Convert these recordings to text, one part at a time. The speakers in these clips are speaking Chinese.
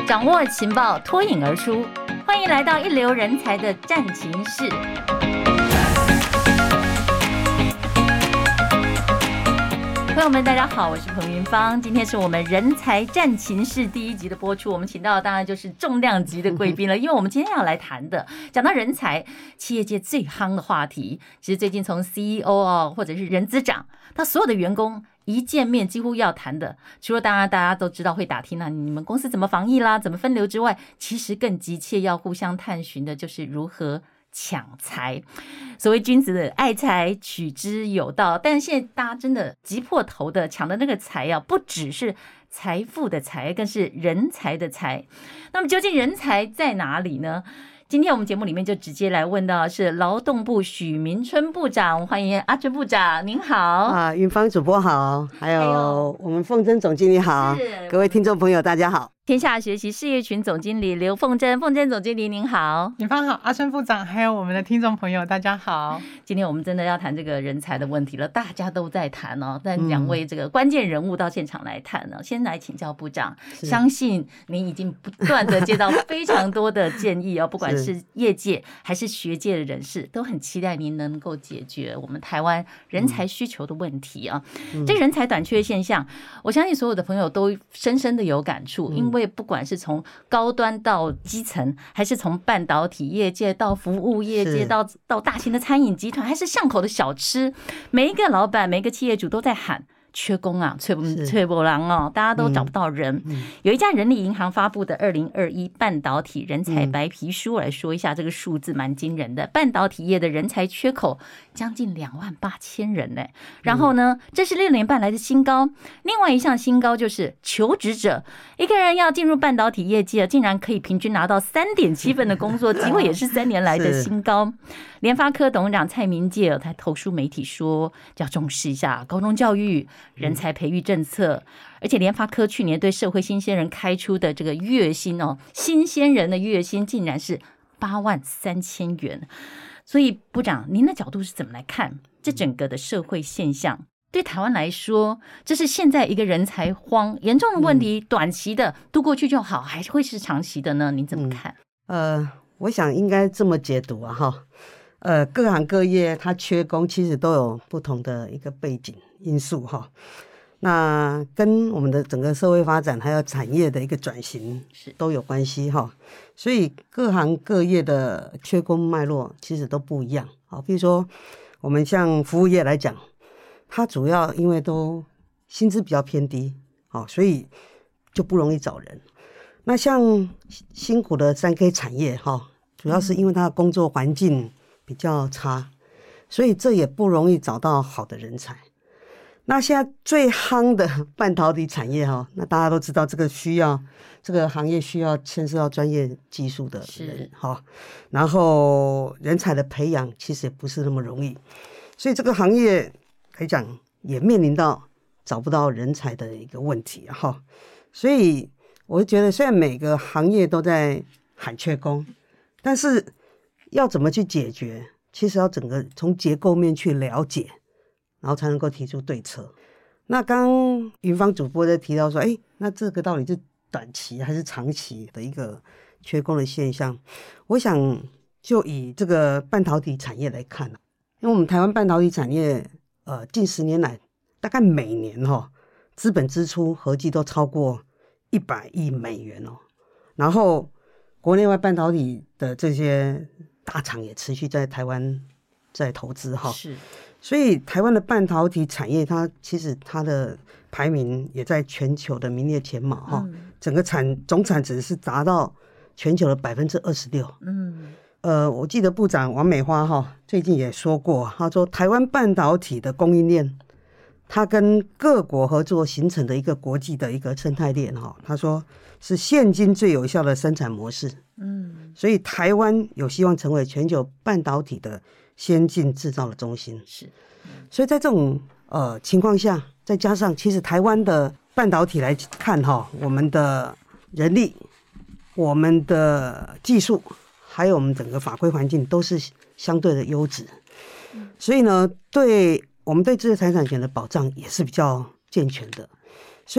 掌握情报，脱颖而出。欢迎来到一流人才的战情室。朋友们，大家好，我是彭云芳。今天是我们人才战情室第一集的播出，我们请到的当然就是重量级的贵宾了，因为我们今天要来谈的，讲到人才，企业界最夯的话题，其实最近从 CEO 或者是人资长到所有的员工一见面几乎要谈的，除了当然大家都知道会打听你们公司怎么防疫啦，怎么分流之外，其实更急切要互相探寻的就是如何抢财。所谓君子的爱财，取之有道，但是现在大家真的急破头的抢的那个财不只是财富的财，更是人才的才。那么究竟人才在哪里呢？今天我们节目里面就直接来问到是劳动部许明春部长，欢迎阿春部长，您好。 云芳主播好，还有我们凤珍总经理好，各位听众朋友大家好。 天下学习事业群总经理刘凤珍，凤珍总经理您好。 云芳好，阿春部长，还有我们的听众朋友大家好。 今天我们真的要谈这个人才的问题了，大家都在谈但两位这个关键人物到现场来谈先来请教部长，相信您已经不断的接到非常多的建议不管是业界还是学界的人士，都很期待您能够解决我们台湾人才需求的问题这个人才短缺现象，我相信所有的朋友都深深的有感触，因为不管是从高端到基层，还是从半导体业界到服务业界到大型的餐饮集团，还是巷口的小吃，每一个老板每一个企业主都在喊缺工缺不郎大家都找不到人。有一家人力银行发布的2021半导体人才白皮书来说一下，这个数字蛮惊人的，半导体业的人才缺口将近28000人呢。然后呢，这是6年半来的新高。另外一项新高就是求职者，一个人要进入半导体业界，竟然可以平均拿到3.7份的工作机会，也是3年来的新高。联发科董事长蔡明介他投书媒体说，要重视一下高中教育人才培育政策，而且联发科去年对社会新鲜人开出的这个月薪新鲜人的月薪竟然是83000元。所以部长，您的角度是怎么来看这整个的社会现象？对台湾来说，这是现在一个人才荒严重的问题，短期的度过去就好，还是会是长期的呢？您怎么看？ 我想应该这么解读各行各业它缺工其实都有不同的一个背景因素那跟我们的整个社会发展还有产业的一个转型都有关系所以各行各业的缺工脉络其实都不一样比如说我们像服务业来讲，它主要因为都薪资比较偏低所以就不容易找人。那像辛苦的3K 产业主要是因为它的工作环境比较差，所以这也不容易找到好的人才。那现在最夯的半导体产业那大家都知道这个行业需要牵涉到专业技术的人然后人才的培养其实也不是那么容易，所以这个行业来讲也面临到找不到人才的一个问题所以我觉得虽然每个行业都在喊缺工，但是要怎么去解决，其实要整个从结构面去了解，然后才能够提出对策。那刚刚云芳主播在提到说那这个到底是短期还是长期的一个缺工的现象，我想就以这个半导体产业来看因为我们台湾半导体产业近10年来大概每年资本支出合计都超过100亿美元然后国内外半导体的这些大厂也持续在台湾在投资是， 所以台湾的半导体产业其实它的排名也在全球的名列前茅整个总产值是达到全球的26%。我记得部长王美花最近也说过，他说台湾半导体的供应链它跟各国合作形成的一个国际的一个生态链他说是现今最有效的生产模式。所以台湾有希望成为全球半导体的先进制造的中心。 是， 所以在这种情况下，再加上其实台湾的半导体来看我们的人力、我们的技术还有我们整个法规环境都是相对的优质，所以呢我们对知识财产权的保障也是比较健全的。所以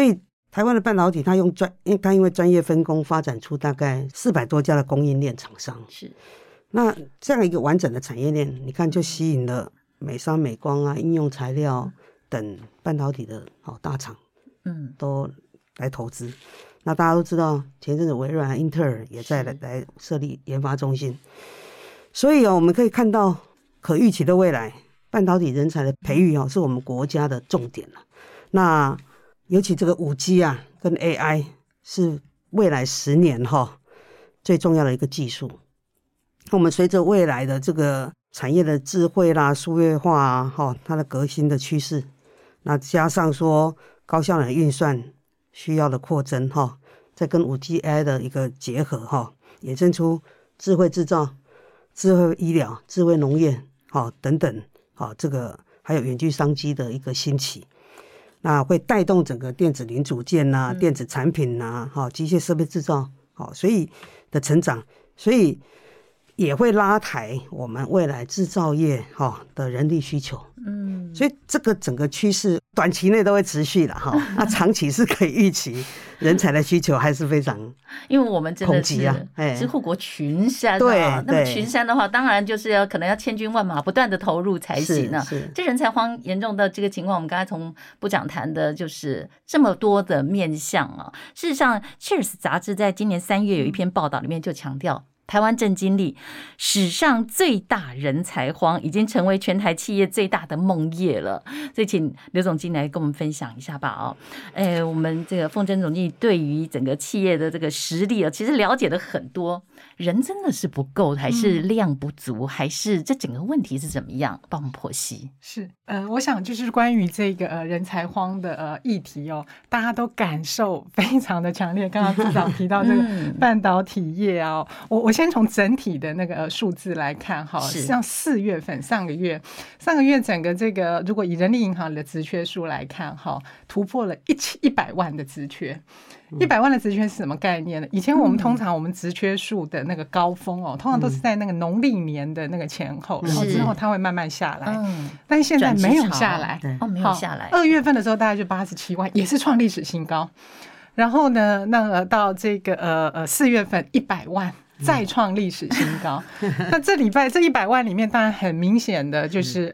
台湾的半导体它因为专业分工发展出大概400多家的供应链厂商， 是那这样一个完整的产业链，你看就吸引了美商、美光啊、应用材料等半导体的大厂，都来投资。那大家都知道，前阵子微软、英特尔也在来设立研发中心，所以我们可以看到可预期的未来，半导体人才的培育是我们国家的重点了。那尤其这个5G 啊跟 AI 是未来10年最重要的一个技术。我们随着未来的这个产业的智慧啦、数位化啊，它的革新的趋势，那加上说高效能运算需要的扩增再跟 5G AI 的一个结合衍生出智慧制造、智慧医疗、智慧农业等等这个还有远距商机的一个兴起，那会带动整个电子零组件啊、电子产品啊、机械设备制造所以的成长，所以也会拉抬我们未来制造业的人力需求。所以这个整个趋势短期内都会持续了那长期是可以预期人才的需求还是非常抨击因为我们真的是护国群山对， 那么群山的话，当然就是可能要千军万马不断的投入才行呢。这人才荒严重的这个情况，我们刚才从部长谈的就是这么多的面向事实上 Cheers 杂志在今年3月有一篇报道里面就强调，台湾正经历史上最大人才荒，已经成为全台企业最大的梦魇了。所以请刘总经理来跟我们分享一下吧。我们这个凤珍总经理对于整个企业的这个实力其实了解的很多，人真的是不够，还是量不足，还是这整个问题是怎么样？帮我们剖析。 是，我想就是关于这个人才荒的议题大家都感受非常的强烈。刚刚部长提到这个半导体业我先从整体的那个数字来看像4月份上个月整个这个如果以人力银行的职缺数来看突破了100万的职缺。100万的职缺是什么概念呢？以前我们通常我们职缺数的那个高峰通常都是在那个农历年的那个前后，然后之后它会慢慢下来，但是现在没有下来没有下来。 2月份的时候大概就87万，也是创历史新高。然后呢，那到这个4月份100万。再创历史新高。那这礼拜这100万里面，当然很明显的就是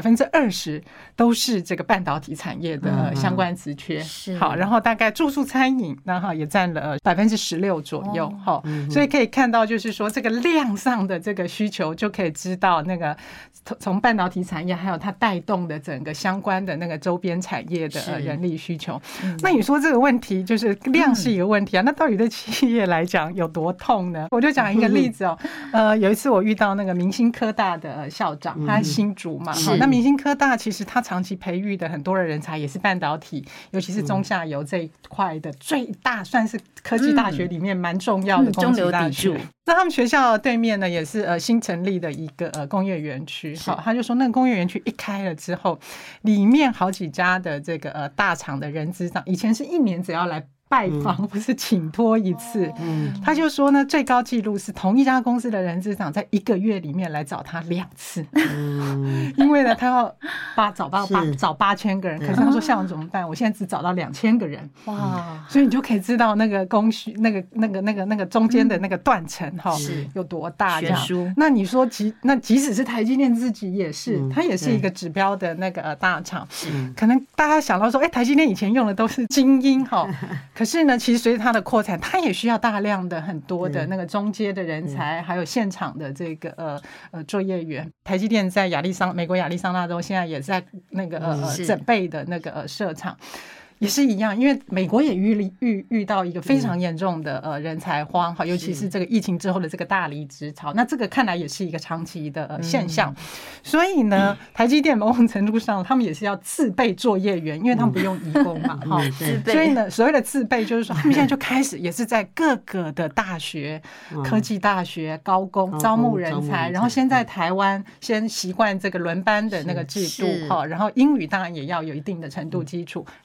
20%都是这个半导体产业的相关职缺。好，然后大概住宿餐饮，然后也占了16%左右。所以可以看到，就是说这个量上的这个需求，就可以知道那个从半导体产业还有它带动的整个相关的那个周边产业的人力需求。那你说这个问题就是量是一个问题那到底对企业来讲有多痛呢？我就讲一个例子有一次我遇到那个明星科大的校长，他是新竹嘛，那明星科大其实他长期培育的很多的人才也是半导体，尤其是中下游这一块的最大，算是科技大学里面蛮重要的工技大学。那他们学校对面呢也是新成立的一个工业园区。好，他就说那个工业园区一开了之后，里面好几家的这个大厂的人资长，以前是1年只要来拜访，不是请托一次。他就说呢，最高纪录是同一家公司的人资长在1个月里面来找他2次。因为呢，他要找8000个人，可是他说校长怎么办？我现在只找到2000个人。哇！所以你就可以知道那个供需，那个中间的那个断层有多大这样。那你说即使是台积电自己也是，它也是一个指标的那个大厂。可能大家想到说，台积电以前用的都是精英可是呢，其实随着它的扩产，它也需要大量的很多的那个中阶的人才，还有现场的这个作业员。台积电在美国亚利桑那州现在也在那个整备的那个设厂。也是一样，因为美国也遇到一个非常严重的人才荒，尤其是这个疫情之后的这个大离职潮，那这个看来也是一个长期的现象。所以呢，台积电某种程度上他们也是要自备作业员，因为他们不用移工嘛。所以呢，所谓的自备就是说，他们现在就开始也是在各个的大学、科技大学、高工招募人才，然后先在台湾先习惯这个轮班的那个制度，然后英语当然也要有一定的程度基础，2年后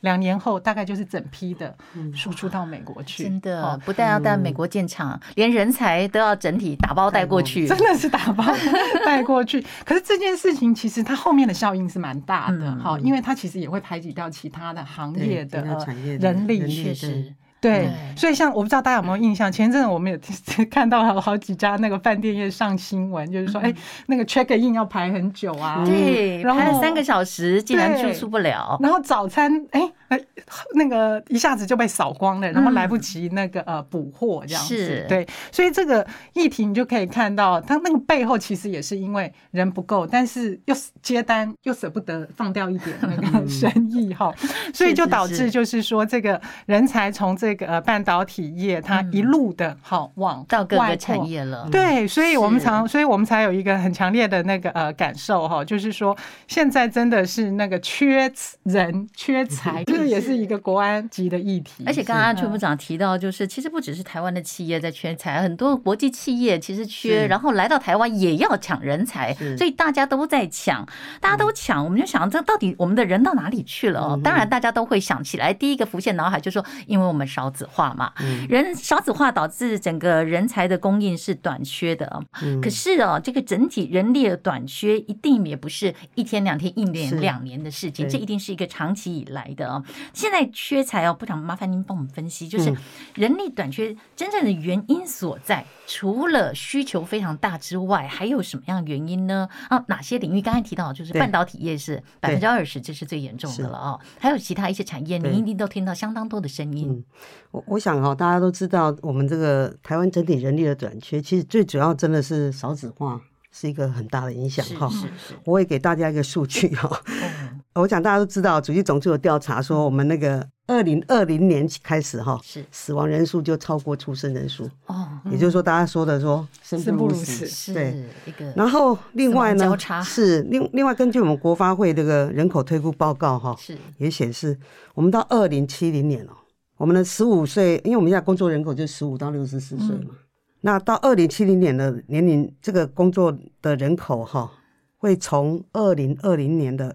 后大概就是整批的输出到美国去。 真的，不但要带美国建厂，连人才都要整体打包带过去， 真的是打包带过去。可是这件事情其实它后面的效应是蛮大的，因为它其实也会排挤掉其他的行业的人力， 确实。 对，所以像我不知道大家有没有印象，前一阵子我们也看到了好几家那个饭店业上新闻，就是说，那个 check in 要排很久啊， 对， 然后排了3个小时，竟然住宿不了。 然后早餐，那个一下子就被扫光了，然后来不及那个补货这样子。 是， 对，所以这个议题你就可以看到，它那个背后其实也是因为人不够，但是又接单又舍不得放掉一点那个生意哈，所以就导致就是说这个人才从这个半导体业，它一路的往到各个产业了。 对，所以我们才有一个很强烈的那个感受哈，就是说现在真的是那个缺人缺才，这个也是一个国安级的议题。 而且刚刚邱部长提到，就是其实不只是台湾的企业在缺才，很多国际企业其实缺，然后来到台湾也要抢人才，所以大家都在抢，我们就想这到底我们的人到哪里去了哦？当然大家都会想起来，第一个浮现脑海就是说，因为我们少子化嘛，人少子化导致整个人才的供应是短缺的。可是这个整体人力的短缺一定也不是1天2天1年2年的事情，这一定是一个长期以来的。现在缺才部长麻烦您帮我们分析，就是人力短缺真正的原因所在，除了需求非常大之外，还有什么样的原因呢？哪些领域？刚才提到就是半导体业是20%，这是最严重的了还有其他一些产业，你一定都听到相当多的声音。 我想大家都知道，我们这个台湾整体人力的短缺，其实最主要真的是少子化是一个很大的影响我会给大家一个数据我想大家都知道，主计总处有调查说，我们那个2020年开始死亡人数就超过出生人数也就是说大家说的说生不如死，对。然后另外呢是另外根据我们国发会这个人口推估报告也显示，我们到2070年我们的15岁，因为我们现在工作人口就15到64岁嘛，那到2070年的年龄，这个工作的人口会从2020年的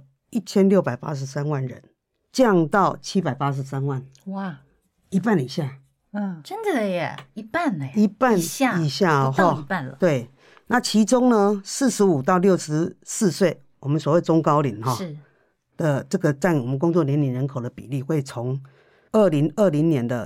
1683万人降到783万， 哇， 一半以下。 真的耶，一半以下不到一半了。 对，那其中呢，45到64岁，我们所谓中高龄的这个占我们工作年龄人口的比例，会从2020年的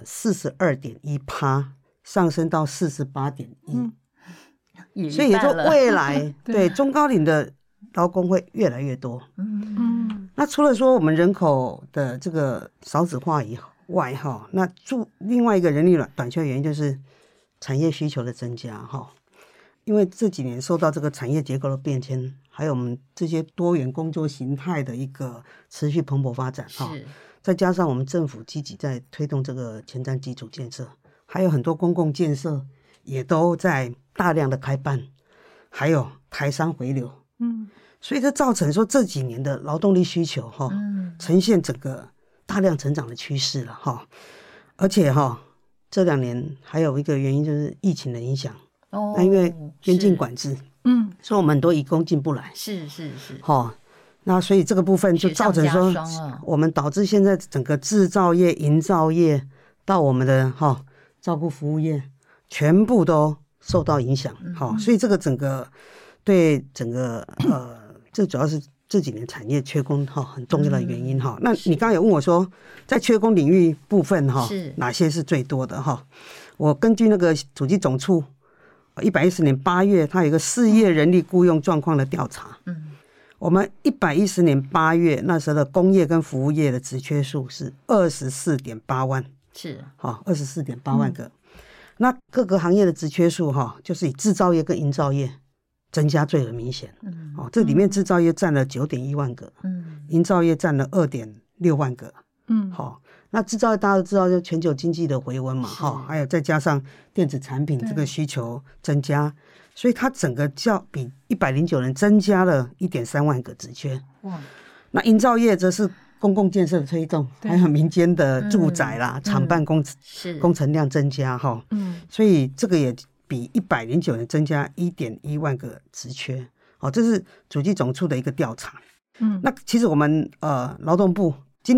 42.1%上升到48.1%，所以也就未来对中高龄的劳工会越来越多。那除了说我们人口的这个少子化以外那另外一个人力短缺原因就是产业需求的增加因为这几年受到这个产业结构的变迁，还有我们这些多元工作形态的一个持续蓬勃发展再加上我们政府积极在推动这个前瞻基础建设，还有很多公共建设也都在大量的开办，还有台商回流所以这造成说这几年的劳动力需求呈现整个大量成长的趋势了而且这2年还有一个原因就是疫情的影响那因为边境管制所以我们很多移工进不来是那所以这个部分就造成说我们导致现在整个制造业、营造业到我们的照顾服务业全部都受到影响所以这个整个对整个这主要是这几年产业缺工很重要的原因那你刚刚有问我说在缺工领域部分哪些是最多的我根据那个主计总处110年8月它有一个4业人力雇用状况的调查我们110年8月那时候的工业跟服务业的职缺数是24.8万24.8万个那各个行业的职缺数就是以制造业跟营造业增加最为明显这里面制造业占了 9.1 万个营造业占了 2.6 万个那制造业大家都知道就全球经济的回温嘛还有再加上电子产品这个需求增加，所以它整个比109年增加了 1.3 万个职缺那营造业则是公共建设的推动，还有民间的住宅啦厂办工程量增加所以这个也比109年增加 1.1 万个职缺这是主计总处的一个调查那其实我们劳动部今年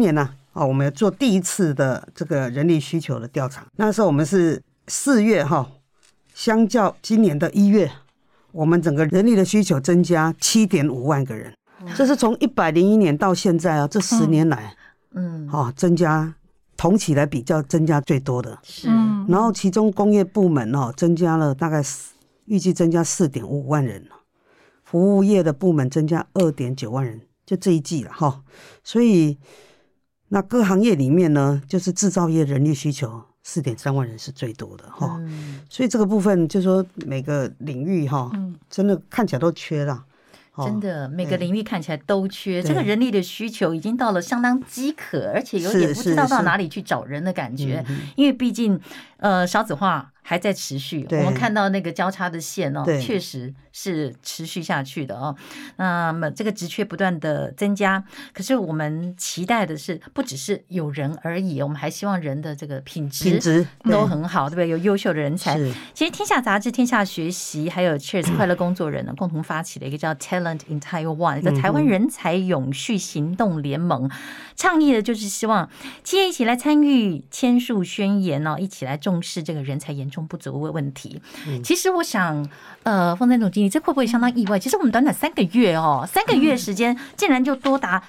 我们做第一次的这个人力需求的调查。那时候我们是4月相较今年的1月，我们整个人力的需求增加 7.5 万个人，这是从101年到现在这10年来，增加同期来比较增加最多的。 是， 然后其中工业部门增加了大概预计增加 4.5 万人，服务业的部门增加 2.9 万人，就这一季了所以那各行业里面呢，就是制造业人力需求 4.3 万人是最多的所以这个部分就是说每个领域真的看起来都缺了。 真的，每个领域看起来都缺，这个人力的需求已经到了相当饥渴，而且有点不知道到哪里去找人的感觉。因为毕竟少子化还在持续，我们看到那个交叉的线确实是持续下去的那么这个职缺不断的增加，可是我们期待的是不只是有人而已，我们还希望人的这个品质都很好，对不对？有优秀的人才。其实天下杂志、天下学习还有 Cheers 快乐工作人呢，共同发起了一个叫 Talent in Taiwan 一个台湾人才永续行动联盟，倡议的就是希望企业一起来参与签署宣言一起来重视这个人才严重不足的问题。其实我想凤珍总经理，这会不会相当意外？其实我们短短3个月3个月时间，竟然就多达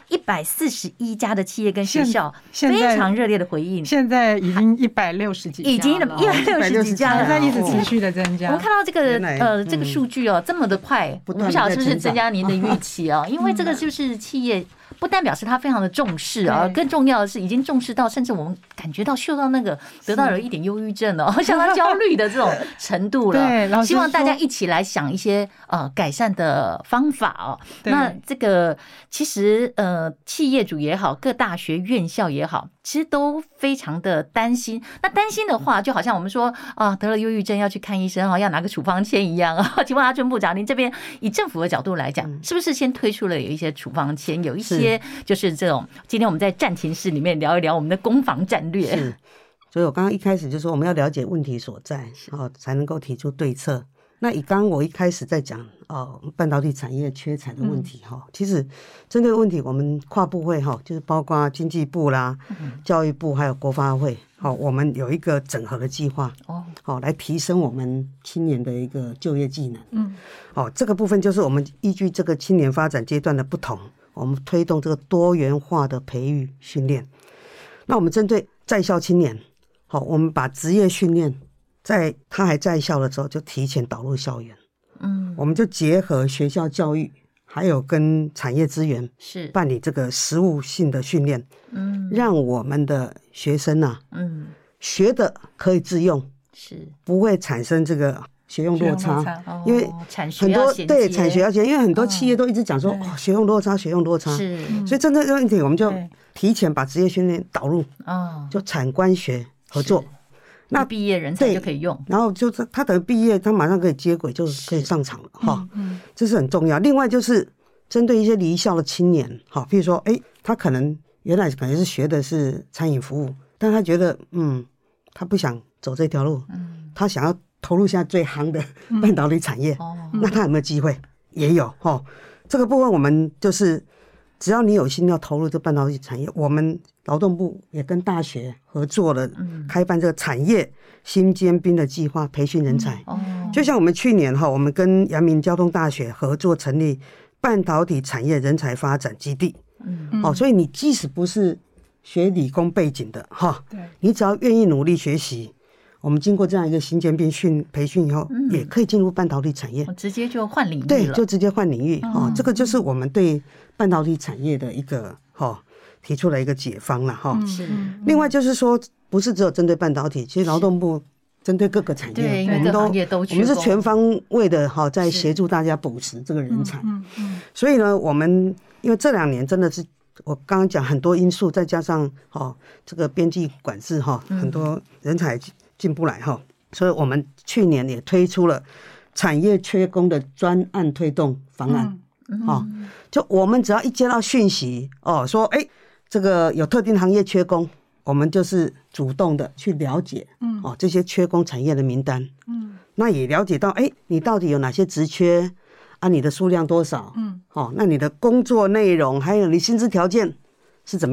141家的企业跟学校非常热烈的回应。 现在已经160几家了， 已经160几家了， 在一直持续的增加。 我们看到这个这个数据这么的快，我不晓得是不是增加您的预期因为这个就是企业不但表示他非常的重视更重要的是已经重视到，甚至我们感觉到嗅到那个得到有一点忧郁症相当焦虑的这种程度了。 对， 希望大家一起来想一些改善的方法那这个其实企业主也好，各大学院校也好，其实都非常的担心。那担心的话，就好像我们说得了忧郁症要去看医生要拿个处方签一样请问阿春部长，您这边以政府的角度来讲，是不是先推出了有一些处方签，有一些就是这种，今天我们在暂停室里面聊一聊我们的攻防战略。 是，所以我刚刚一开始就说我们要了解问题所在才能够提出对策。那以刚刚我一开始在讲半导体产业缺产的问题其实针对问题，我们跨部会就是包括经济部啦、教育部还有国发会我们有一个整合的计划来提升我们青年的一个就业技能。这个部分就是我们依据这个青年发展阶段的不同，我们推动这个多元化的培育训练。那我们针对在校青年我们把职业训练在他还在校的时候就提前导入校园。我们就结合学校教育还有跟产业资源是办理这个实务性的训练，让我们的学生学的可以自用，是不会产生这个学用落差。因为很多对产学要衔接，因为很多企业都一直讲说学用落差，学用落差，是所以针对这个问题，我们就提前把职业训练导入就产官学合作。 那毕业人才就可以用， 然后就是他等毕业，他马上可以接轨，就可以上场了这是很重要。另外就是针对一些离校的青年譬如说他可能原来可能是学的是餐饮服务，但他觉得他不想走这条路，他想要投入现在最夯的半导体产业，那他有没有机会？也有这个部分我们就是只要你有心要投入这半导体产业，我们劳动部也跟大学合作了，开办这个产业新尖兵的计划，培训人才。就像我们去年我们跟阳明交通大学合作成立半导体产业人才发展基地。所以你即使不是学理工背景的你只要愿意努力学习，我们经过这样一个新尖兵培训以后，也可以进入半导体产业， 直接就换领域了。 对，就直接换领域这个就是我们对半导体产业的一个提出了一个解方了另外就是说，不是只有针对半导体，其实劳动部针对各个产业，我们是全方位的在协助大家补持这个人才。所以呢，我们因为这2年真的是我刚刚讲很多因素，再加上这个边际管制很多人才进不来所以我们去年也推出了产业缺工的专案推动方案。就我们只要一接到讯息说这个有特定行业缺工，我们就是主动的去了解这些缺工产业的名单。那也了解到你到底有哪些职缺你的数量多少那你的工作内容还有你薪资条件是怎么样，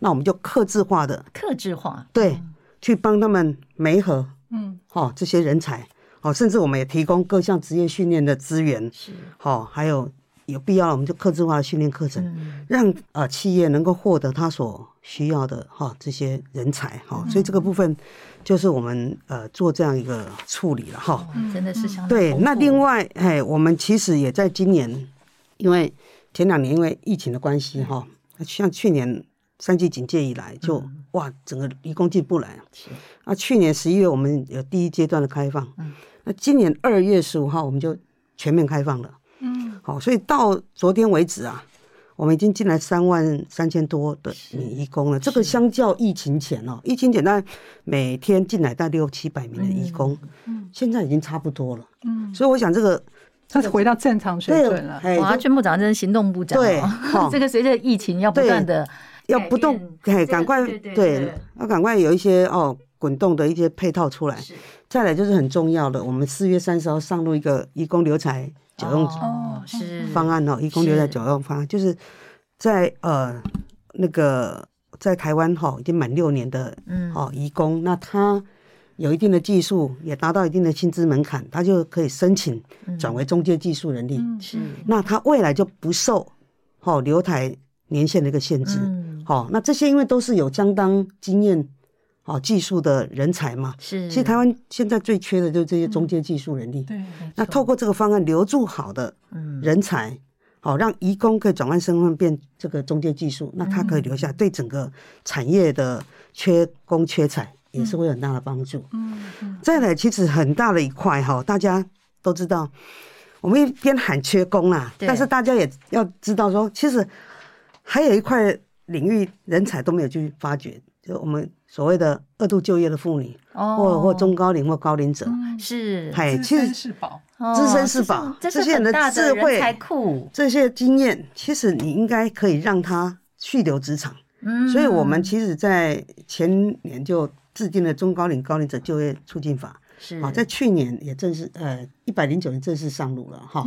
那我们就客制化，对，去帮他们媒合，这些人才，甚至我们也提供各项职业训练的资源，还有必要了，我们就客制化的训练课程，让企业能够获得他所需要的这些人才，所以这个部分就是我们做这样一个处理了哈， 真的是相当对。那另外我们其实也在今年，因为前2年因为疫情的关系哈，像去年3级警戒以来就哇整个移工进不来，去年11月我们有第1阶段的开放，那今年2月15号我们就全面开放了。好，所以到昨天为止啊，我们已经进来33000多的移工了。这个相较疫情前疫情前大概每天进来大概600-700名的移工，现在已经差不多了。所以我想这个是回到正常水准了。 哇，隽部长真是行动部长，对，这个随着疫情要不断的要不动，赶快对，要赶快有一些滚动的一些配套出来。再来就是很重要的，我们4月30号上路一个移工留才久用方案移工留在久用方案，就是在那个在台湾已经满6年的移工，那他有一定的技术，也达到一定的薪资门槛，他就可以申请转为中介技术人力。那他未来就不受留台年限的一个限制。那这些因为都是有相当经验技术的人才嘛，其实台湾现在最缺的就是这些中介技术人力。那透过这个方案留住好的人才，让移工可以转换身份变这个中介技术，那他可以留下，对整个产业的缺工缺才也是会有很大的帮助。再来，其实很大的一块大家都知道，我们一边喊缺工啦，但是大家也要知道说，其实还有一块领域人才都没有去发掘，就我们所谓的2度就业的妇女，或中高龄或高龄者， 是资深是宝， 资深是宝，这些人的智慧、这些经验，其实你应该可以让他续留职场。所以我们其实在前年就制定了中高龄高龄者就业促进法，在去年也正式109年正式上路了哈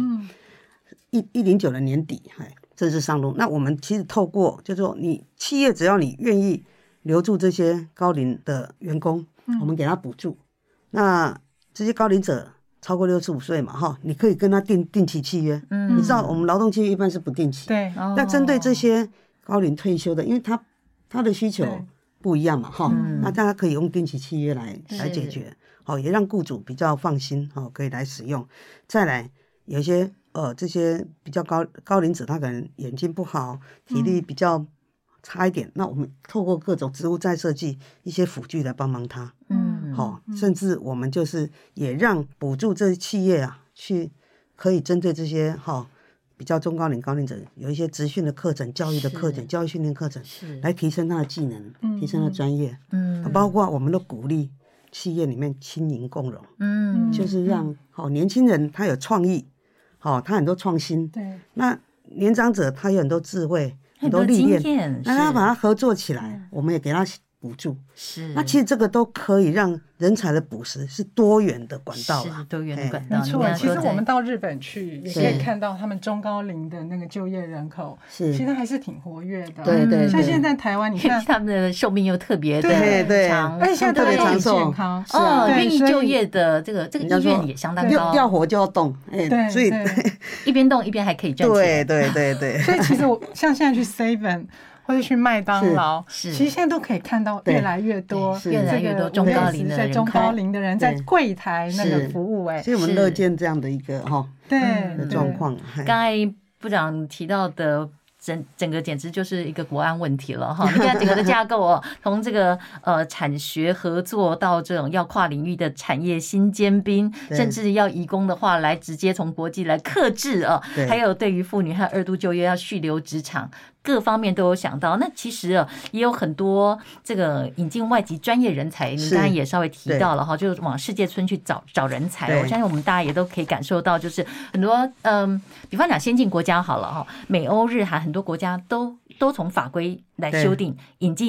，109年年底正式上路。那我们其实透过就是说，你企业只要你愿意留住这些高龄的员工，我们给他补助。那这些高龄者超过65岁嘛，你可以跟他定期契约。你知道我们劳动契约一般是不定期。 对。 那针对这些高龄退休的，因为他的需求不一样嘛，那大家可以用定期契约来解决，也让雇主比较放心，可以来使用。再来，有一些这些比较高龄者，他可能眼睛不好，体力比较差一点，那我们透过各种职务再设计一些辅具来帮忙他，甚至我们就是也让补助这些企业去可以针对这些比较中高龄高龄者有一些职训的课程、教育的课程、教育训练课程，来提升他的技能，提升他的专业。包括我们都鼓励企业里面轻盈共融，就是让年轻人他有创意，他很多创新。 对， 那年长者他有很多智慧、很多历练，那他把它合作起来，我们也给他补助。那其实这个都可以让人才的捕食是多元的管道啦， 多元的管道。 没错，其实我们到日本去也可以看到他们中高龄的那个就业人口，其实还是挺活跃的。 对， 像现在台湾，你看他们的寿命又特别的长， 而且现在特别长寿，健康愿意就业的这个意愿也相当高。 要活就要动， 对， 所以一边动一边还可以赚钱。 对。 所以其实我像现在去 Seven。或者去麦当劳，其实现在都可以看到越来越多中高龄的人在柜台那个服务。 所以我们乐见这样的一个的状况。 刚才部长提到的整个简直就是一个国安问题了哈！你看整个的架构从这个产学合作到这种要跨领域的产业新尖兵，甚至要移工的话来直接从国际来客制还有对于妇女和2度就业要续留职场。各方面都有想到，那其实也有很多这个引进外籍专业人才，你刚才也稍微提到了就是往世界村去找人才。我相信我们大家也都可以感受到，就是很多比方讲先进国家好了美欧日韩很多国家都从法规来修订引进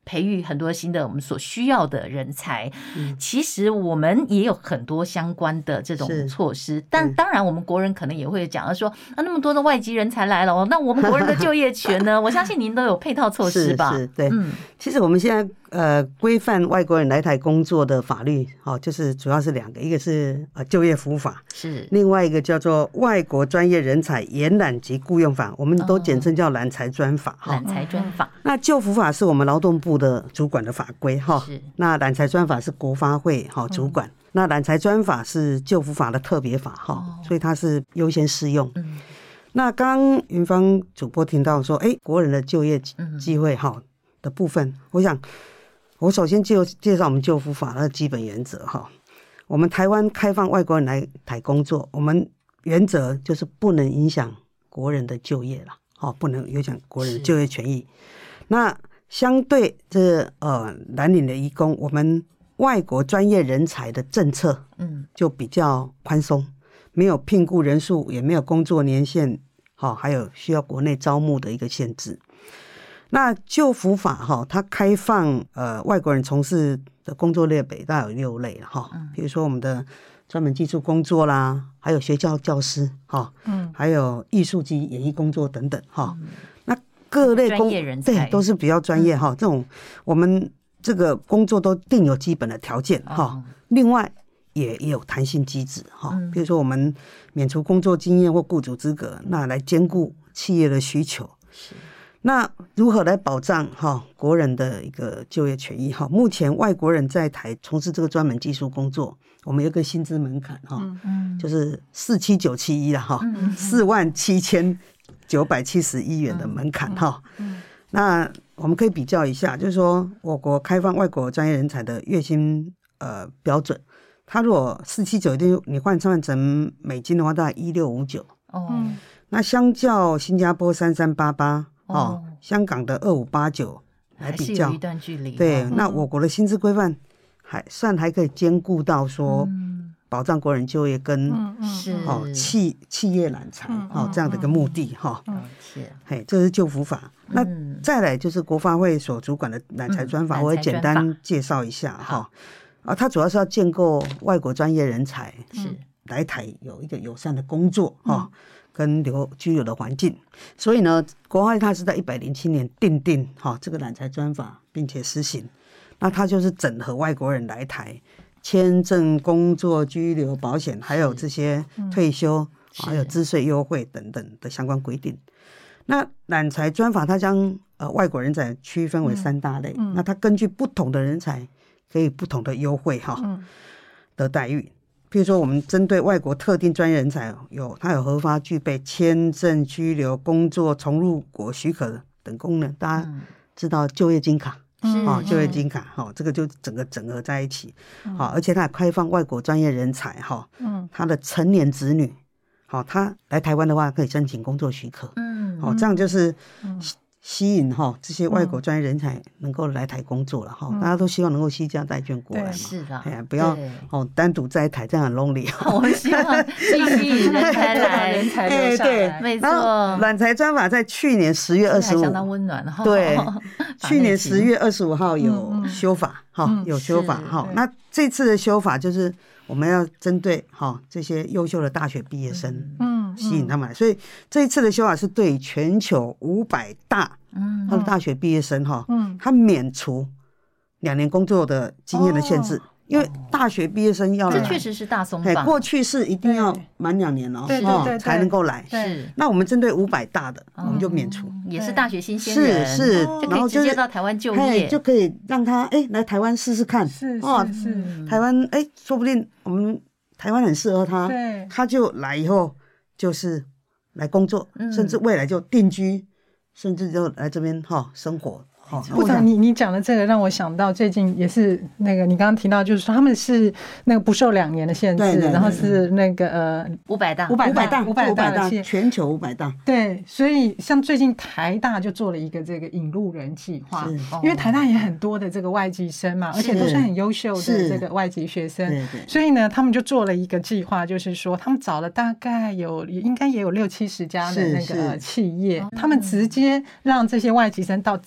培育很多新的我们所需要的人才。其实我们也有很多相关的这种措施，但当然我们国人可能也会讲说，那么多的外籍人才来了，那我们国人的就业权呢？我相信您都有配套措施吧？ 是，对。其实我们现在规范外国人来台工作的法律，就是主要是2个，一个是就业服务法， 是另外一个叫做外国专业人才延揽及雇用法，我们都简称叫揽才专法。 揽才专法。 那就服法是我们劳动部的主管的法规哈，那揽才专法是国发会主管，那揽才专法是就服法的特别法哈，所以它是优先适用。那刚刚云芳主播听到说，国人的就业机会的部分，我想我首先就介绍我们就服法的基本原则哈。我们台湾开放外国人来台工作，我们原则就是不能影响国人的就业了，不能影响国人的就业权益。那相对这蓝领的移工，我们外国专业人才的政策就比较宽松，没有聘雇人数，也没有工作年限，还有需要国内招募的一个限制。那就服法它开放外国人从事的工作类别大概有6类了比如说我们的专门技术工作啦，还有学校教师还有艺术及演艺工作等等那各类专业人才对都是比较专业这种我们这个工作都定有基本的条件另外也有弹性机制比如说我们免除工作经验或雇主资格，那来兼顾企业的需求。那如何来保障国人的一个就业权益目前外国人在台从事这个专门技术工作，我们有个薪资门槛就是47971啦47971元的门槛那我们可以比较一下，就是说我国开放外国专业人才的月薪标准，它如果479你换算成美金的话，大概1659那相较新加坡3388香港的2589来比较， 还是有一段距离。 对，那我国的薪资规范还可以兼顾到说保障国人就业跟企业揽才这样的一个目的这是就服法。那再来就是国发会所主管的揽才专法，我会简单介绍一下它主要是要建构外国专业人才来台有一个友善的工作跟居留的环境。所以呢，国外它是在107年订定这个揽才专法并且施行。那它就是整合外国人来台签证、工作、居留、保险，还有这些退休还有资税优惠等等的相关规定。那揽才专法它将外国人才区分为3大类，那它根据不同的人才可以不同的优惠的待遇。比如说我们针对外国特定专业人才他有合法具备签证、居留、工作、重入国许可等功能，大家知道就业金卡就业金卡这个就整个整合在一起而且它也开放外国专业人才他的成年子女他来台湾的话可以申请工作许可这样就是吸引这些外国专业人才能够来台工作了大家都希望能够携家带眷过来嘛， 是的， 不要单独在台，这样很 lonely 我们希望吸引人才来， 人才留下来， 没错。 揽才专法在去年10月25日相当温暖对，去年10月25号有修法有修法那这次的修法就是我们要针对这些优秀的大学毕业生吸引他们来，所以这一次的修法是对全球500大他的大学毕业生他免除2年工作的经验的限制因为大学毕业生要来， 这确实是大松绑。 过去是一定要满2年才能够来。 是， 那我们针对500大的，我们就免除， 也是大学新鲜人， 是， 然后直接到台湾就业， 就可以让他来台湾试试看。 是， 台湾说不定我们台湾很适合他，他就来以后就是来工作，甚至未来就定居，甚至就来这边生活。 部长，你讲的这个让我想到最近也是那个你刚刚提到，就是说他们是那个不受2年的限制，然后是那个 500 大全球500大。 对，所以像最近台大就做了一个这个引路人计划，因为台大也很多的这个外籍生嘛，而且都是很优秀的这个外籍学生，所以呢，他们就做了一个计划，就是说他们找了大概应该也有60-70家的那个企业，他们直接让这些外籍生到这些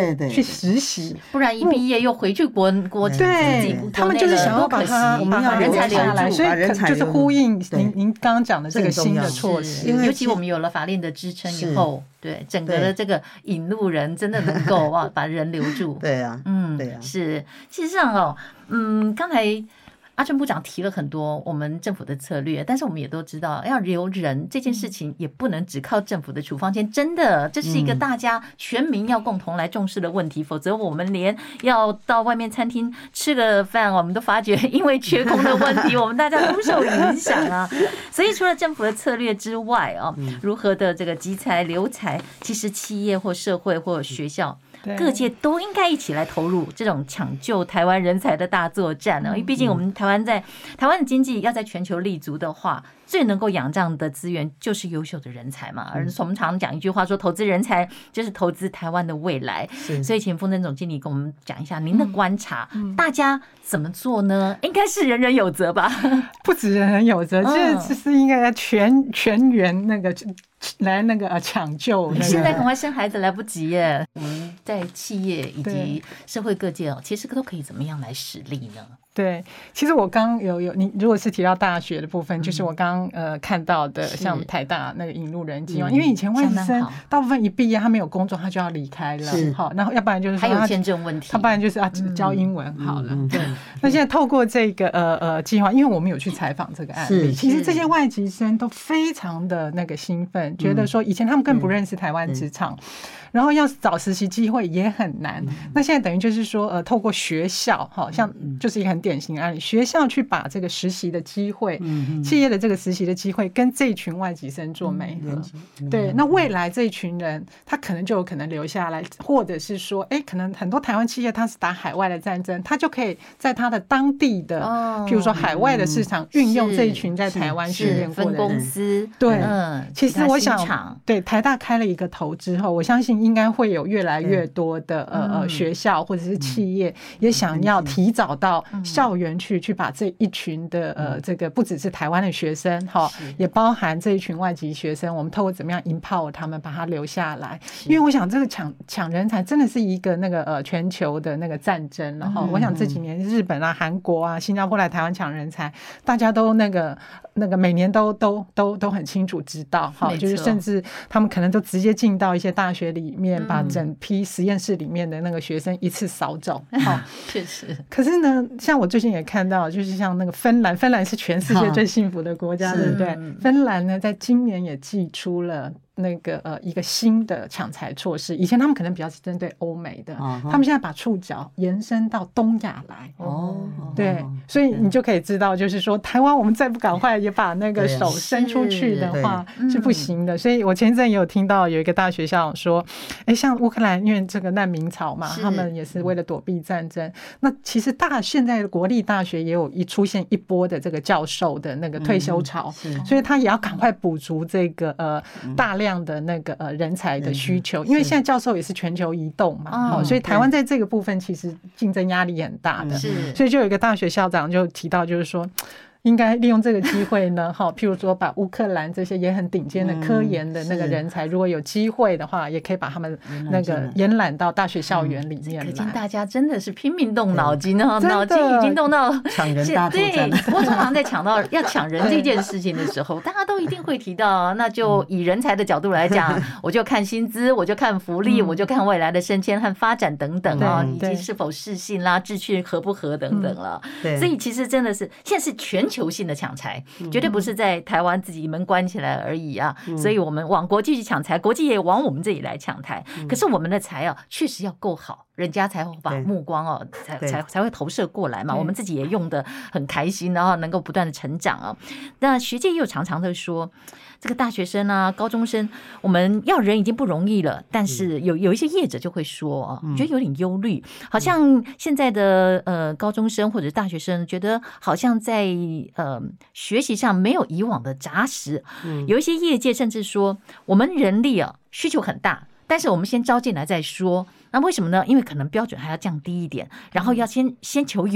去实习， 不然一毕业又回去国对，他们就是想要把我们要人才留下来，所以就是呼应您刚刚讲的这个新的措施， 尤其我们有了法令的支撑以后，对整个的这个引路人真的能够把人留住。 对啊，对啊， 是，其实上刚才阿春部长提了很多我们政府的策略，但是我们也都知道，要留人这件事情也不能只靠政府的处方签，真的这是一个大家全民要共同来重视的问题，否则我们连要到外面餐厅吃个饭，我们都发觉因为缺工的问题，我们大家都受影响啊。所以除了政府的策略之外如何的这个集才留才，其实企业或社会或学校各界都应该一起来投入这种抢救台湾人才的大作战因为毕竟我们台湾的经济要在全球立足的话，最能够仰仗的资源就是优秀的人才嘛。而我们常讲一句话说，投资人才就是投资台湾的未来。所以请风筝总经理跟我们讲一下您的观察，大家怎么做呢？应该是人人有责吧？ 不止人人有责，这是应该全员来抢救。 现在赶快生孩子来不及耶！我们在企业以及社会各界其实都可以怎么样来使力呢？ 对，其实我刚有你如果是提到大学的部分，就是我刚看到的，像台大那个引路人计划，因为以前外籍生大部分一毕业他没有工作，他就要离开了，好，然后要不然就是说还有签证问题， 他不然就是教英文好了。对，那现在透过这个计划，因为我们有去采访这个案例，其实这些外籍生都非常的兴奋，觉得说以前他们更不认识台湾职场。然后要找实习机会也很难，那现在等于就是说透过学校像就是一个很典型的案例，学校去把这个实习的机会，企业的这个实习的机会跟这一群外籍生做媒合，对，那未来这一群人他可能就有可能留下来，或者是说可能很多台湾企业他是打海外的战争，他就可以在他的当地的譬如说海外的市场运用这一群在台湾训练过的人， 分公司， 对，其实我想对台大开了一个头之后，我相信应该会有越来越多的学校或者是企业也想要提早到校园去把这一群的这个不只是台湾的学生也包含这一群外籍学生，我们透过怎么样 empower 他们把他留下来，因为我想这个抢人才真的是一个全球的战争了我想这几年日本啊、韩国啊、新加坡来台湾抢人才，大家都每年都很清楚知道就是甚至他们可能都直接进到一些大学里面，把整批实验室里面的学生一次扫走确实。 可是呢，像我最近也看到，就是像芬兰是全世界最幸福的国家，对不对？芬兰呢，在今年也祭出了一个新的抢才措施，以前他们可能比较是针对欧美的，他们现在把触角延伸到东亚来。对，所以你就可以知道，就是说台湾我们再不赶快也把手伸出去的话是不行的。所以我前一阵也有听到有一个大学校长说，像乌克兰因为这个难民潮嘛，他们也是为了躲避战争，那其实现在的国立大学也有出现一波的这个教授的退休潮，所以他也要赶快补足这个大量的人才的需求，因为现在教授也是全球移动嘛，所以台湾在这个部分其实竞争压力也很大的，所以就有一个大学校长就提到，就是说应该利用这个机会呢，譬如说把乌克兰这些也很顶尖的科研的人才，如果有机会的话，也可以把他们延揽到大学校园里面来。 可见大家真的是拼命动脑筋脑筋已经动到抢人大作战。 对，我通常在要抢人这件事情的时候，大家都一定会提到，那就以人才的角度来讲，我就看薪资，我就看福利，我就看未来的升迁和发展等等以及是否适性啦、志趣合不合等等了。所以其实真的是现在是全球性的抢才，绝对不是在台湾自己门关起来而已啊。所以我们往国际去抢才，国际也往我们这里来抢才。可是我们的才确实要够好，人家才会把目光才会投射过来嘛。我们自己也用得很开心，然后能够不断的成长那学界也有常常的说，这个大学生啊、高中生，我们要人已经不容易了，但是有一些业者就会说觉得有点忧虑，好像现在的高中生或者大学生觉得好像在学习上没有以往的扎实，有一些业界甚至说我们人力需求很大，但是我们先招进来再说。那为什么呢？因为可能标准还要降低一点，然后要先求有，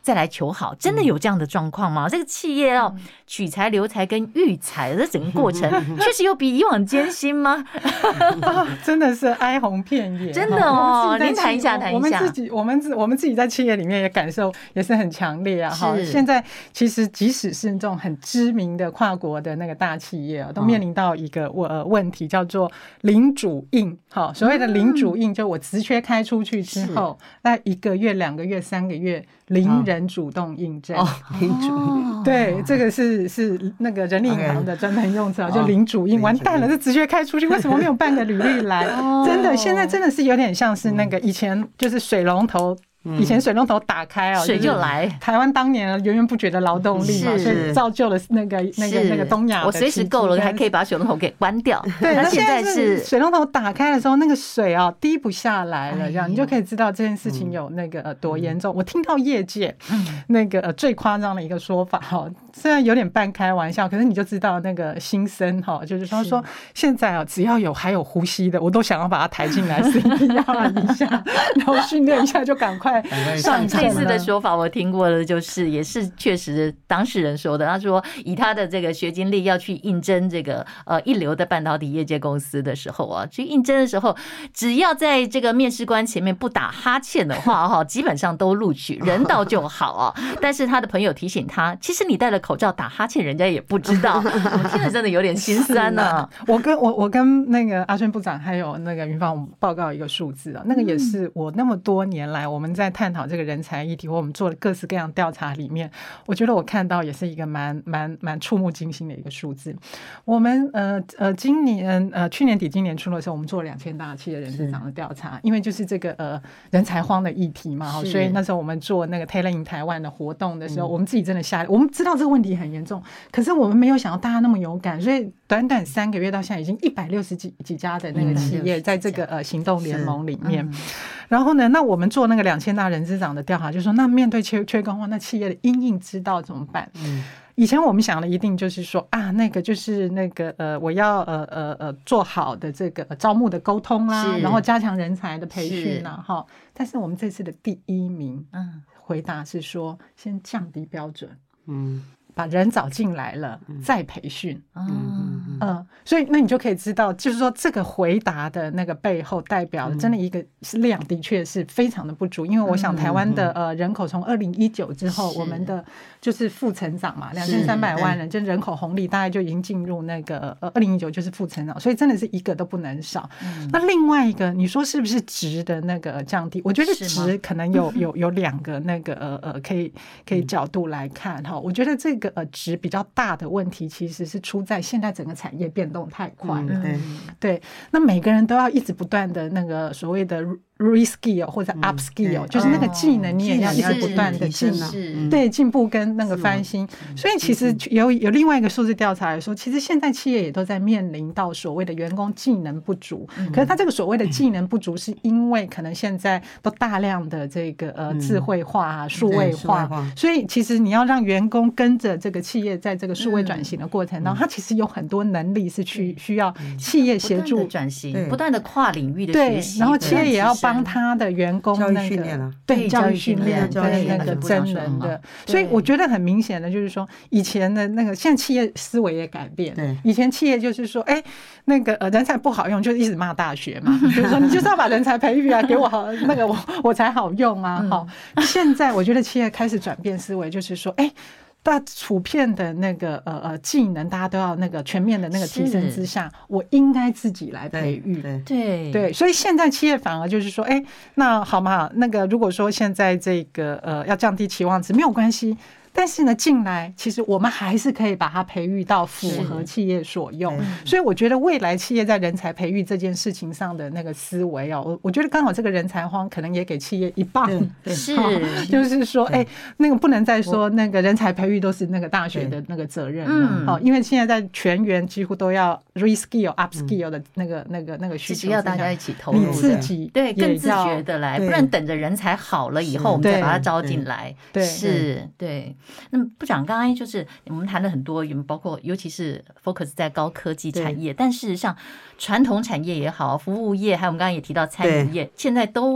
再来求好，真的有这样的状况吗？这个企业要取材、留才跟育才，这整个过程确实有比以往艰辛吗？ 真的是哀鸿遍野， 真的哦。您谈一下，谈一下。 我们自己在企业里面也感受也是很强烈啊。哈，现在其实即使是这种很知名的跨国的那个大企业都面临到一个问题，叫做零主印。好，所谓的零主印，就我职缺开出去之后，那1个月、2个月、3个月，零人主动应征。 零主印， 对，这个是那个人力银行的专门用词，就零主印。完蛋了，这职缺开出去，为什么没有半个履历来？真的，现在真的是有点像是那个以前就是水龙头。以前水龙头打开水就来， 台湾当年源源不绝的劳动力嘛，所以造就了那个东亚的。 我随时够了，还可以把水龙头给关掉。 对，那现在是水龙头打开的时候，那个水滴不下来了，这样你就可以知道这件事情有那个多严重。我听到业界那个最夸张的一个说法虽然有点半开玩笑，可是你就知道那个心声就是说现在只要还有呼吸的，我都想要把它抬进来 CPR 一下，然后训练一下就赶快上阵了。 类似的说法我听过的，就是也是确实当事人说的。他说以他的这个学经历要去应征这个一流的半导体业界公司的时候去应征的时候，只要在这个面试官前面不打哈欠的话基本上都录取，人到就好但是他的朋友提醒他，其实你戴了口罩打哈欠，人家也不知道。我听了真的有点心酸呢。 我跟那个阿轩部长还有那个云芳报告一个数字那个也是我那么多年来我们在探讨这个人才议题，或我们做了各式各样调查里面，我觉得我看到也是一个蛮触目惊心的一个数字。我们今年去年底今年初的时候，我们做了2000大企业人事长的调查，因为就是这个人才荒的议题嘛，所以那时候我们做那个 Talent in Taiwan 的活动的时候，我们自己真的我们知道这个问题很严重，可是我们没有想到大家那么有感，所以短短3个月到现在已经160几家的那个企业在这个行动联盟里面。然后呢，那我们做那个2000大人资长的调查，就是说那面对缺工荒，那企业的因应之道怎么办？以前我们想的一定就是说那个就是那个我要做好的这个招募的沟通啦，然后加强人才的培训啦但是我们这次的第1名回答是说先降低标准，把人找进来了再培训。所以那你就可以知道，就是说这个回答的那个背后代表的真的一个量的确是非常的不足。因为我想台湾的人口从2019之后，我们的就是负成长嘛，2300万人，就人口红利大概就已经进入那个2019就是负成长，所以真的是一个都不能少。那另外一个你说是不是值的那个降低？我觉得值可能有2个那个可以角度来看我觉得这个值比较大的问题其实是出在现在整个产业变动太快了。对，那每个人都要一直不断的那个所谓的reskill 或者 upskill，就是那个技能你也要一直不断的进步跟那个翻新。所以其实有另外一个数字调查来说，其实现在企业也都在面临到所谓的员工技能不足。可是他这个所谓的技能不足，是因为可能现在都大量的这个智慧化数位化，所以其实你要让员工跟着这个企业在这个数位转型的过程当中，他其实有很多能力是需要企业协助转型，不断的跨领域的学习， 然后企业也要帮他的员工教育训练对教育训练跟那个真人的。所以我觉得很明显的就是说，以前的那个现在企业思维也改变。以前企业就是说那个人才不好用，就一直骂大学嘛，就是说你就是要把人才培育给我好，那个我才好用啊。现在我觉得企业开始转变思维，就是说大普遍的那个技能，大家都要那个全面的那个提升之下，我应该自己来培育。对，所以现在企业反而就是说，那好嘛，那个如果说现在这个要降低期望值没有关系。但是呢，进来其实我们还是可以把它培育到符合企业所用。所以我觉得未来企业在人才培育这件事情上的那个思维我觉得刚好这个人才荒可能也给企业一棒。就是说那个不能再说那个人才培育都是那个大学的那个责任了。因为现在在全员几乎都要 reskill upskill 的那个需求， 要大家一起投入， 你自己对更自觉的来，不然等着人才好了以后我们再把它招进来。对。那么部长刚刚就是我们谈了很多，包括尤其是 focus 在高科技产业，但事实上传统产业也好，服务业，还有我们刚刚也提到餐饮业，现在都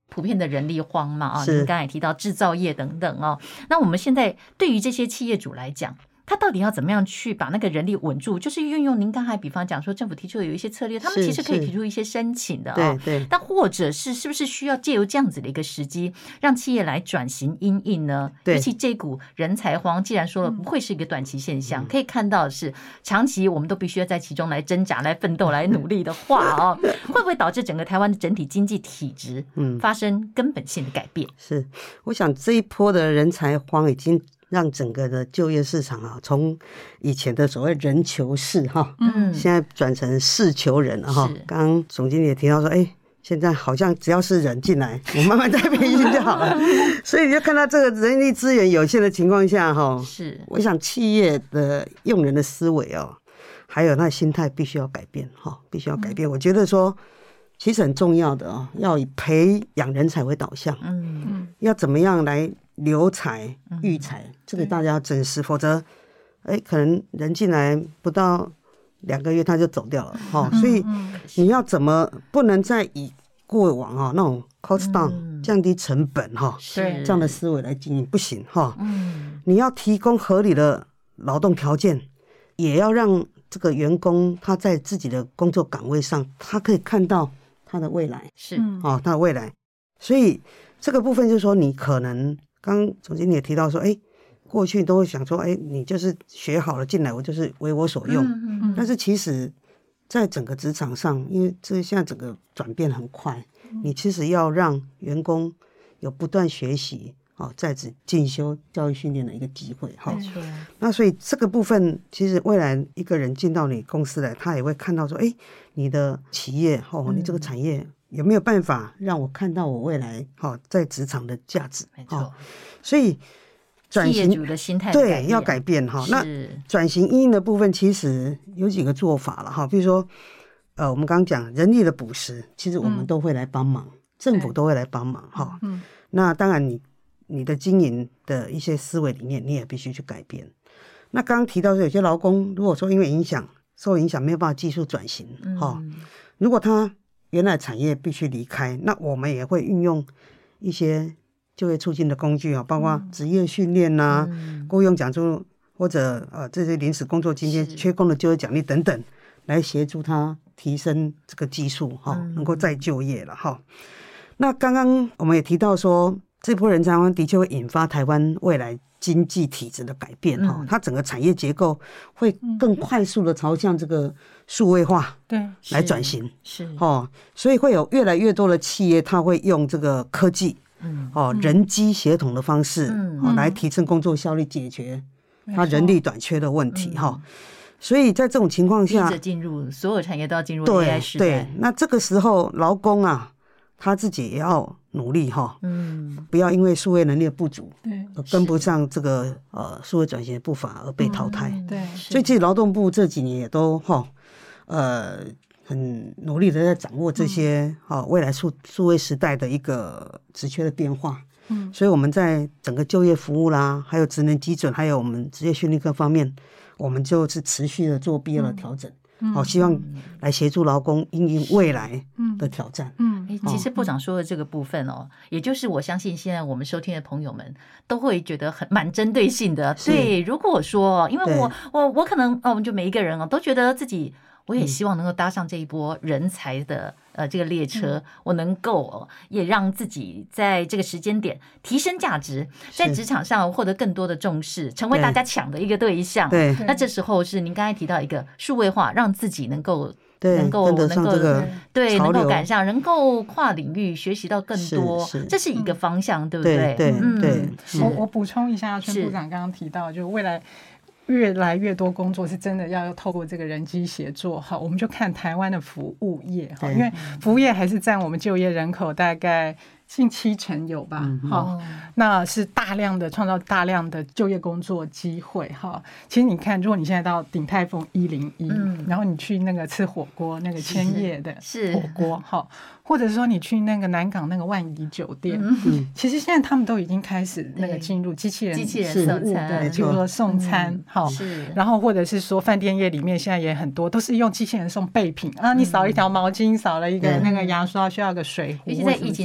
普遍的人力荒嘛是您刚才也提到制造业等等哦。那我们现在对于这些企业主来讲，他到底要怎么样去把那个人力稳住？就是运用您刚才比方讲说，政府提出有一些策略，他们其实可以提出一些申请的哦。 对。 但或者是不是需要借由这样子的一个时机，让企业来转型因应呢？ 对， 尤其这股人才荒，既然说了不会是一个短期现象，可以看到的是长期我们都必须要在其中来挣扎、来奋斗、来努力的话哦，会不会导致整个台湾的整体经济体质发生根本性的改变？ 是，我想这一波的人才荒已经让整个的就业市场啊，从以前的所谓人求事哈，现在转成事求人了哈。刚刚总经理也提到说，现在好像只要是人进来，我慢慢再培训就好了。所以你就看到这个人力资源有限的情况下哈， 是， 我想企业的用人的思维哦，还有那心态必须要改变哈，必须要改变。我觉得说，其实很重要的哦，要以培养人才为导向，要怎么样来留才育才，这个大家要珍视，否则可能人进来不到2个月他就走掉了所以你要怎么不能再以过往那种 cost down 降低成本这样的思维来经营不行你要提供合理的劳动条件，也要让这个员工他在自己的工作岗位上，他可以看到他的未来， 是他的未来。所以这个部分就是说，你可能刚总经理也提到说，过去都会想说，你就是学好了进来，我就是为我所用。但是其实，在整个职场上，因为现在整个转变很快，你其实要让员工有不断学习、在职进修、教育训练的一个机会。那所以这个部分，其实未来一个人进到你公司来，他也会看到说，你的企业你这个产业有没有办法让我看到我未来在职场的价值？ 没错， 所以转型企业主的心态对要改变那转型因应的部分其实有几个做法了比如说我们刚刚讲人力的补实，其实我们都会来帮忙，政府都会来帮忙那当然你的经营的一些思维理念你也必须去改变。那刚刚提到说有些劳工如果说因为受影响没有办法技术转型如果他原来产业必须离开，那我们也会运用一些就业促进的工具包括职业训练雇用奖助或者这些临时工作津贴、缺工的就业奖励等等，来协助他提升这个技术能够再就业了那刚刚我们也提到说，这波人才荒的确会引发台湾未来经济体制的改变它整个产业结构会更快速的朝向这个数位化来转型， 是所以会有越来越多的企业它会用这个科技人机协同的方式来提升工作效率，解决它人力短缺的问题所以在这种情况下， 所有产业都要进入 AI 时代。 对，那这个时候劳工他自己也要努力不要因为数位能力的不足而跟不上这个数位转型的步伐而被淘汰。 对， 所以其实劳动部这几年也都很努力的在掌握这些未来数位时代的一个职缺的变化。所以我们在整个就业服务啦，还有职能基准，还有我们职业训练各方面，我们就是持续的做必要的调整。希望来协助劳工因应未来的挑战。 其实部长说的这个部分也就是我相信现在我们收听的朋友们都会觉得蛮针对性的。对，如果说因为我可能我们就每一个人都觉得自己，我也希望能够搭上这一波人才的这个列车，我能够也让自己在这个时间点提升价值，在职场上获得更多的重视，成为大家抢的一个对象。 对， 那这时候是您刚才提到一个数位化，让自己能够跟得上这个对，能够赶上，能够跨领域学习到更多，这是一个方向，对不对？ 对。 我补充一下，孙部长刚刚提到，就未来越来越多工作是真的要透过这个人机协作我们就看台湾的服务业因为服务业还是占我们就业人口大概近70%有吧那是创造大量的就业工作机会其实你看，如果你现在到鼎泰丰101然后你去那个吃火锅，那个千叶的火锅或者说你去那个南港那个万怡酒店其实现在他们都已经开始那个进入机器人服务的，比如说送餐然后或者是说饭店业里面现在也很多都是用机器人送备品你少一条毛巾，少了一个那个牙刷，需要个水壶， 尤其在疫情时代也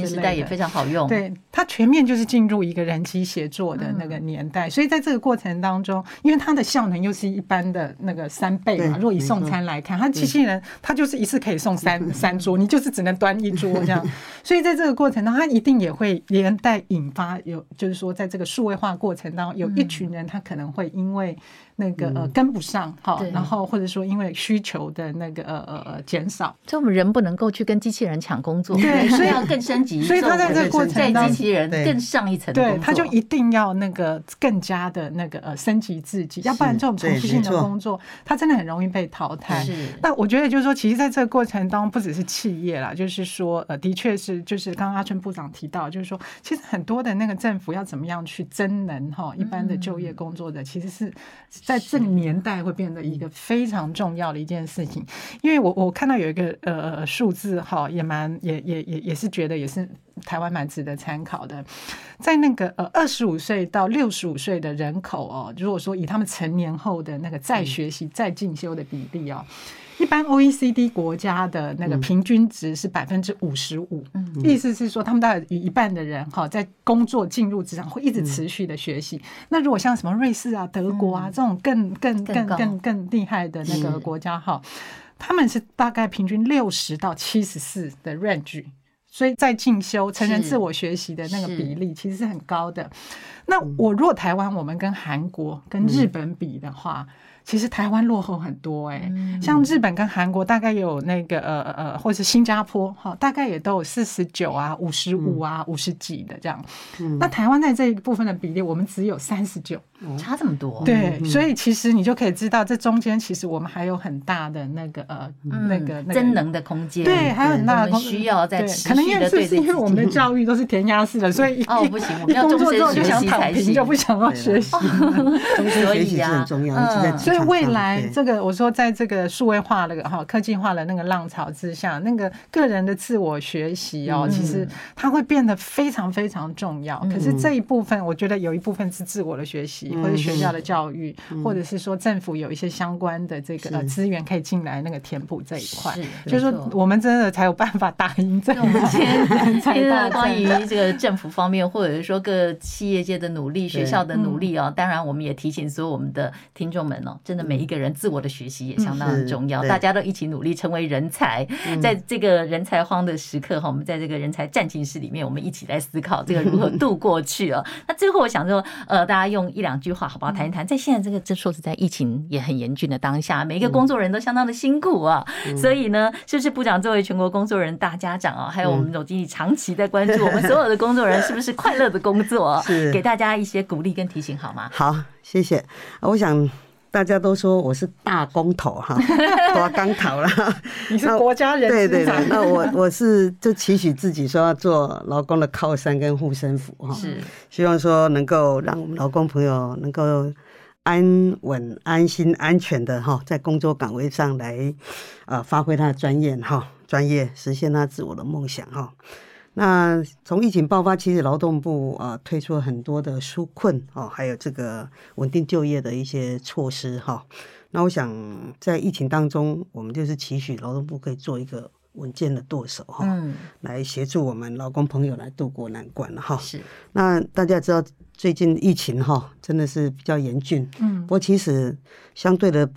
非常好用。 对，它全面就是进入一个人机协作的那个年代，所以在这个过程当中，因为它的效能又是一般的那个3倍嘛，如果以送餐来看，它机器人它就是一次可以送三桌，你就是只能端1桌这样，所以在这个过程当中，它一定也会连带引发就是说在这个数位化过程当中，有一群人他可能会因为那个跟不上哈，然后或者说因为需求的那个减少， 所以我们人不能够去跟机器人抢工作， 对， 所以要更升级， 所以他在这个过程当中， 在机器人更上一层的工作， 对，他就一定要那个更加的那个升级自己，要不然这种重复性的工作，它真的很容易被淘汰。那我觉得就是说，其实在这个过程当中，不只是企业啦，就是说的确是，就是刚刚阿春部长提到，就是说，其实很多的那个政府要怎么样去增能哈，一般的就业工作者，其实是在这个年代会变得一个非常重要的一件事情。因为我看到有一个数字哈，也是觉得也是台湾蛮值得参考的，在那个25岁到65岁的人口哦，如果说以他们成年后的那个再学习、再进修的比例哦。一般 OECD 国家的那个平均值是55%，意思是说他们大概有一半的人在工作进入职场会一直持续的学习。那如果像什么瑞士啊、德国啊这种更厉害的那个国家他们是大概平均60到74的 range， 所以在进修成人自我学习的那个比例其实是很高的。那我如果台湾我们跟韩国跟日本比的话，其实台湾落后很多像日本跟韩国大概有那个或是新加坡大概也都有49啊、55啊、50几的这样。那台湾在这一部分的比例，我们只有39， 差这么多。 对，所以其实你就可以知道，这中间其实我们还有很大的那个增能的空间。 对，还有很大的空间需要在持可能续的对， 因为我们的教育都是填鸭式的，所以不行，我们要终身学习才行， 就不想要学习。 终身学习是很重要，一直在所以未来这个我说，在这个数位化的科技化的那个浪潮之下，那个个人的自我学习其实它会变得非常非常重要。可是这一部分，我觉得有一部分是自我的学习，或者学校的教育，或者是说政府有一些相关的这个资源可以进来那个填补这一块，就是说我们真的才有办法打赢这个人才大战。 关于这个政府方面，或者是说各企业界的努力、学校的努力当然我们也提醒所有我们的听众们真的每一个人自我的学习也相当的重要，大家都一起努力成为人才。在这个人才荒的时刻我们在这个人才战情室里面，我们一起来思考这个如何度过去那最后我想说大家用1-2句话好不好谈一谈，在现在这说实在疫情也很严峻的当下，每一个工作人都相当的辛苦所以呢，是不是部长作为全国工作人大家长还有我们总经理长期在关注我们所有的工作人是不是快乐的工作给大家一些鼓励跟提醒好吗？ 好，谢谢。我想大家都说我是大工头大工头啦， 你是国家人之长。 对，那我是就期许自己说要做劳工的靠山跟护身符是希望说能够让我们劳工朋友能够安稳、安心、安全的在工作岗位上来发挥他的专业，实现他自我的梦想那从疫情爆发，其实劳动部推出了很多的纾困还有这个稳定就业的一些措施那我想在疫情当中，我们就是期许劳动部可以做一个稳健的舵手来协助我们劳工朋友来渡过难关是。 那大家知道最近疫情真的是比较严峻，不过其实相对的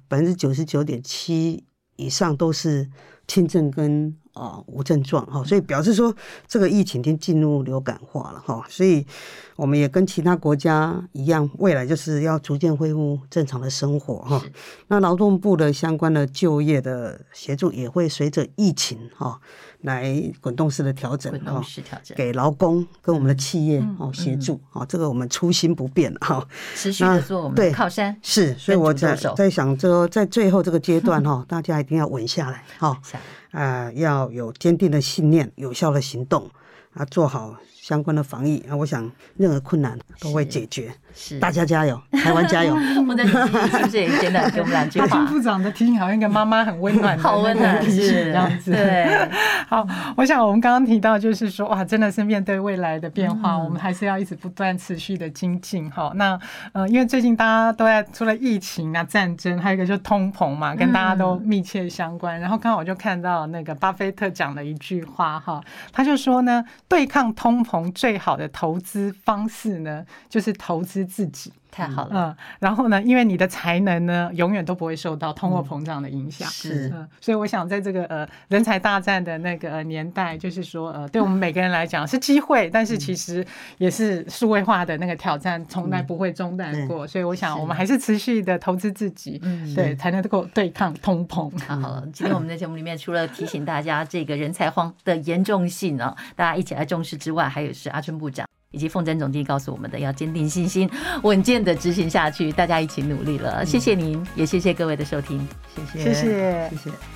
99.7%以上都是轻症跟无症状所以表示说这个疫情已经进入流感化了所以我们也跟其他国家一样，未来就是要逐渐恢复正常的生活那劳动部的相关的就业的协助也会随着疫情来滚动式的调整给劳工跟我们的企业协助这个我们初心不变持续的做我们的靠山是。所以我在想说在最后这个阶段大家一定要稳下来要有坚定的信念、有效的行动做好相关的防疫啊，我想任何困难都会解决。 是， 大家加油，台湾加油！ 我在是不是也简短给我们2句话？ 大庆部长的提醒好像一个妈妈很温暖的好温暖提醒这样子。 对， 好，我想我们刚刚提到就是说，哇，真的是面对未来的变化，我们还是要一直不断持续的精进哈。那因为最近大家都在除了疫情啊、战争，还有一个就是通膨嘛，跟大家都密切相关。然后刚好我就看到那个巴菲特讲了一句话哈，他就说呢，对抗通膨最好的投资方式呢，就是投资自己。 太好了。 然后呢，因为你的才能呢，永远都不会受到通货膨胀的影响。 是， 所以我想在这个人才大战的那个年代，就是说对我们每个人来讲是机会，但是其实也是数位化的那个挑战，从来不会中断过。所以我想我们还是持续的投资自己，对，才能够对抗通膨。 好了，今天我们在节目里面除了提醒大家这个人才荒的严重性啊，大家一起来重视之外，还有是阿春部长以及凤珍总经理告诉我们的，要坚定信心，稳健的执行下去，大家一起努力了。谢谢您，也谢谢各位的收听，谢谢， 谢谢， 谢谢。